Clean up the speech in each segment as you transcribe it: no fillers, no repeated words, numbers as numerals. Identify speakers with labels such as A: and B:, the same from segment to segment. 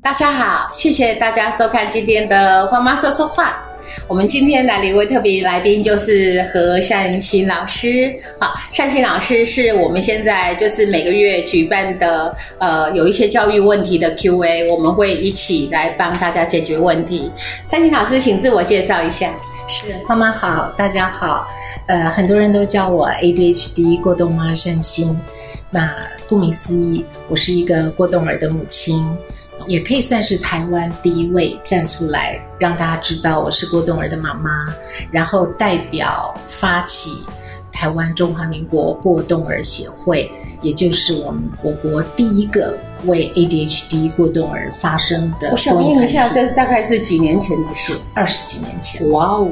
A: 大家好，谢谢大家收看今天的花妈说说话。我们今天来了一位特别来宾，就是何善心老师。好，善心老师是我们现在就是每个月举办的有一些教育问题的 Q&A， 我们会一起来帮大家解决问题。善心老师，请自我介绍一下。
B: 是，花妈好，大家好。很多人都叫我 ADHD 过动妈善心。那顾名思义，我是一个过动儿的母亲。也可以算是台湾第一位站出来让大家知道我是过动儿的妈妈，然后代表发起台湾中华民国过动儿协会，也就是我国第一个为 ADHD 过动儿发声的公益团体。
A: 我想问一下，这大概是几年前的事
B: ？20几年前。
A: 哇哦！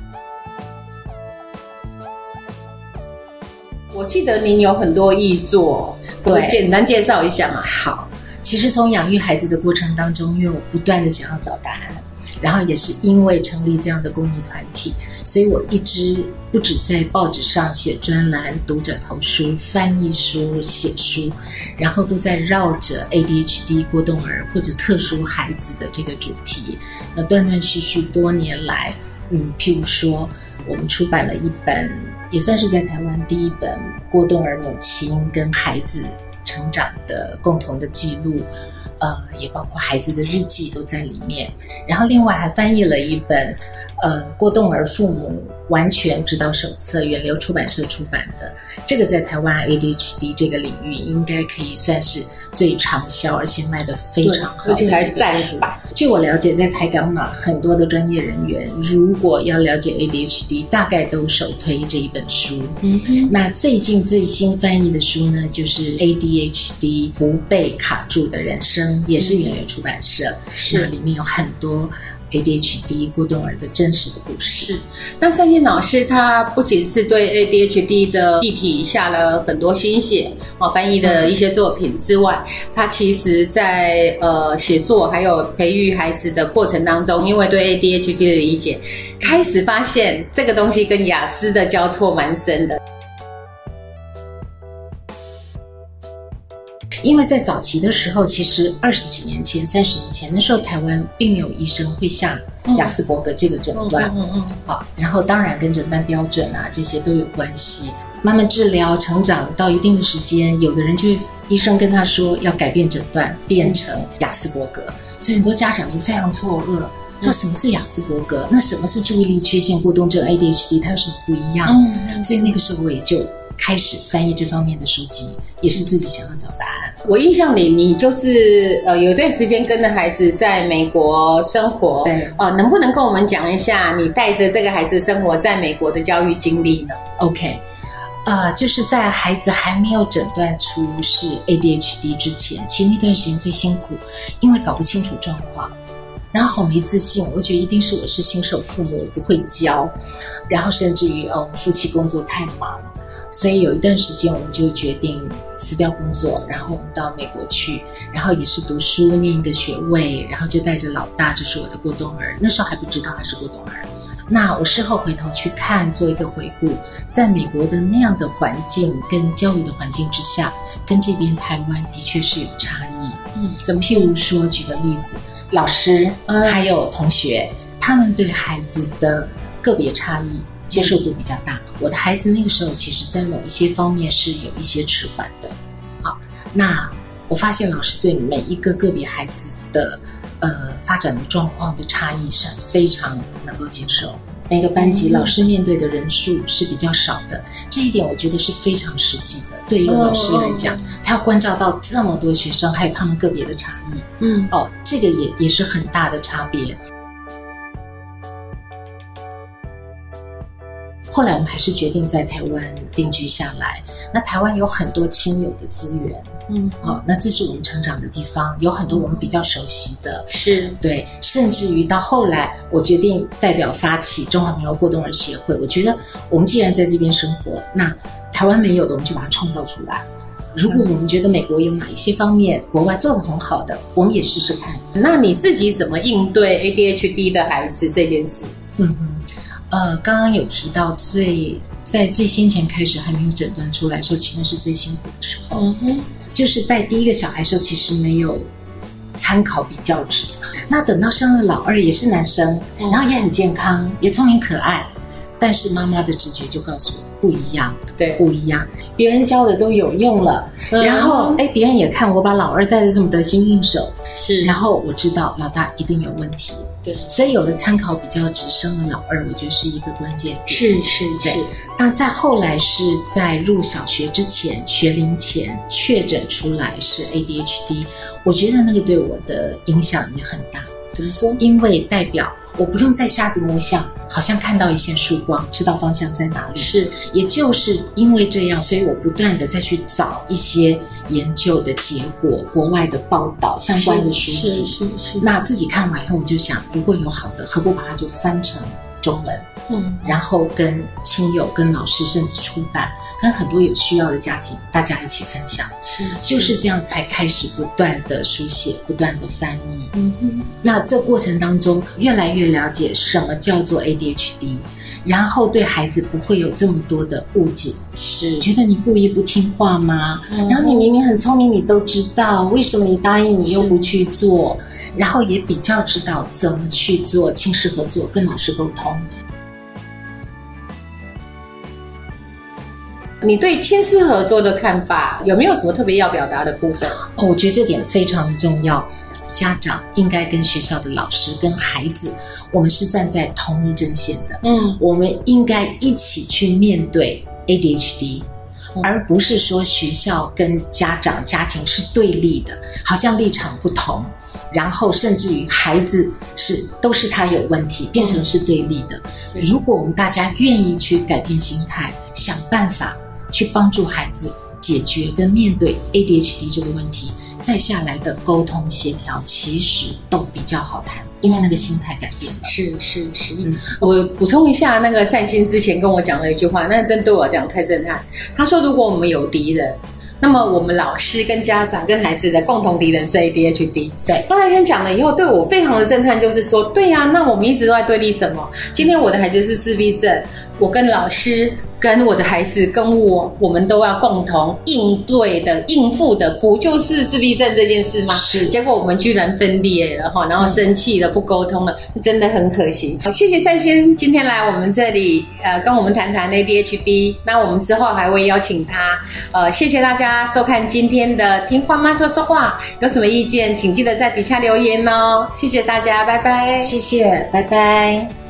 A: 我记得您有很多译作，我简单介绍一下嘛。
B: 好。其实从养育孩子的过程当中，因为我不断的想要找答案，然后也是因为成立这样的公益团体，所以我一直不止在报纸上写专栏、读者投书、翻译书、写书，然后都在绕着 ADHD 过动儿或者特殊孩子的这个主题。那断断续续多年来，譬如说我们出版了一本，也算是在台湾第一本过动儿母亲跟孩子成长的共同的记录，也包括孩子的日记都在里面。然后另外还翻译了一本过动儿父母完全指导手册，远流出版社出版的。这个在台湾 ADHD 这个领域应该可以算是最畅销，而且卖得非常好，
A: 而且还再版。
B: 据我了解，在台港嘛，很多的专业人员如果要了解 ADHD， 大概都首推这一本书。那最近最新翻译的书呢，就是 ADHD 不被卡住的人生，也是远流出版社。那里面有很多ADHD 过动儿的真实的故事。
A: 是，那善心老师他不仅是对 ADHD 的议题下了很多心血，翻译的一些作品之外，他其实在写作还有培育孩子的过程当中，因为对 ADHD 的理解，开始发现这个东西跟雅思的交错蛮深的。
B: 因为在早期的时候，其实20几年前、30年前，那时候台湾并没有医生会下亚斯伯格这个诊断。好，然后当然跟诊断标准啊这些都有关系。慢慢治疗成长到一定的时间，有的人就会医生跟他说要改变诊断，变成亚斯伯格，所以很多家长就非常错愕，说什么是亚斯伯格？那什么是注意力缺陷过动症 ADHD？ 它有什么不一样？所以那个时候我也就开始翻译这方面的书籍，也是自己想要找答案。
A: 我印象里，你就是有一段时间跟着孩子在美国生活，
B: 对，
A: 能不能跟我们讲一下你带着这个孩子生活在美国的教育经历呢
B: ？OK， 就是在孩子还没有诊断出是 ADHD 之前，其实那段时间最辛苦，因为搞不清楚状况，然后好没自信，我觉得一定是我是新手父母不会教，然后甚至于夫妻工作太忙。所以有一段时间我们就决定辞掉工作，然后我们到美国去，然后也是读书念一个学位，然后就带着老大，就是我的过动儿，那时候还不知道他是过动儿。那我事后回头去看，做一个回顾，在美国的那样的环境跟教育的环境之下，跟这边台湾的确是有差异。譬如说举个例子，老师还有同学，他们对孩子的个别差异接受度比较大。我的孩子那个时候其实在某一些方面是有一些迟缓的。好，那我发现老师对每一个个别孩子的发展的状况的差异是非常能够接受。每个班级老师面对的人数是比较少的，这一点我觉得是非常实际的。对一个老师来讲，他要关照到这么多学生，还有他们个别的差异，这个也是很大的差别。后来我们还是决定在台湾定居下来。那台湾有很多亲友的资源，那这是我们成长的地方，有很多我们比较熟悉的，
A: 是
B: 对，甚至于到后来，我决定代表发起中华民国过动儿协会。我觉得我们既然在这边生活，那台湾没有的，我们就把它创造出来。如果我们觉得美国有哪一些方面国外做得很好的，我们也试试看。
A: 那你自己怎么应对 ADHD 的孩子这件事？
B: 刚刚有提到在最先前开始还没有诊断出来的时候，其实是最辛苦的时候。就是带第一个小孩的时候，其实没有参考比较值。那等到生了老二也是男生，然后也很健康，也聪明可爱，但是妈妈的直觉就告诉我不一样，
A: 对，
B: 不一样。别人教的都有用了，然后别人也看我把老二带得这么得心应手，
A: 是，
B: 然后我知道老大一定有问题，
A: 对，
B: 所以有了参考比较值，生了老二，我觉得是一个关键点。
A: 是。
B: 那再后来是在入小学之前，学龄前确诊出来是 ADHD， 我觉得那个对我的影响也很大。
A: 怎么说？
B: 因为代表我不用再瞎子摸象，好像看到一线曙光，知道方向在哪里。
A: 是，
B: 也就是因为这样，所以我不断的再去找一些研究的结果，国外的报道，相关的书籍。
A: 是。
B: 那自己看完以后，我就想，如果有好的，何不把它就翻成中文？然后跟亲友、跟老师，甚至出版，跟很多有需要的家庭，大家一起分享。就是这样才开始不断的书写，不断的翻译。那这过程当中，越来越了解什么叫做 ADHD， 然后对孩子不会有这么多的误解。
A: 是，
B: 觉得你故意不听话吗？然后你明明很聪明，你都知道，为什么你答应你又不去做？然后也比较知道怎么去做亲师合作，跟老师沟通。
A: 你对亲师合作的看法有没有什么特别要表达的部分？
B: 我觉得这点非常的重要。家长应该跟学校的老师跟孩子，我们是站在同一阵线的。我们应该一起去面对 ADHD，而不是说学校跟家长家庭是对立的，好像立场不同，然后甚至于孩子都是他有问题，变成是对立的。如果我们大家愿意去改变心态，想办法去帮助孩子解决跟面对 ADHD 这个问题，再下来的沟通协调其实都比较好谈，因为那个心态改变了。
A: 是。我补充一下，那个善心之前跟我讲了一句话，那真对我讲太震撼。他说，如果我们有敌人，那么我们老师跟家长跟孩子的共同敌人是 ADHD。对，那天讲了以后，对我非常的震撼，就是说，对呀，那我们一直都在对立什么？今天我的孩子是自闭症，我跟老师跟我的孩子跟我们都要共同应对的应付的，不就是自闭症这件事吗？是。结果我们居然分裂了哈，然后生气了，不沟通了，真的很可惜。好，谢谢善心今天来我们这里跟我们谈谈 ADHD， 那我们之后还会邀请他。谢谢大家收看今天的听花妈说说话，有什么意见请记得在底下留言哦。谢谢大家，拜拜。
B: 谢谢，拜拜。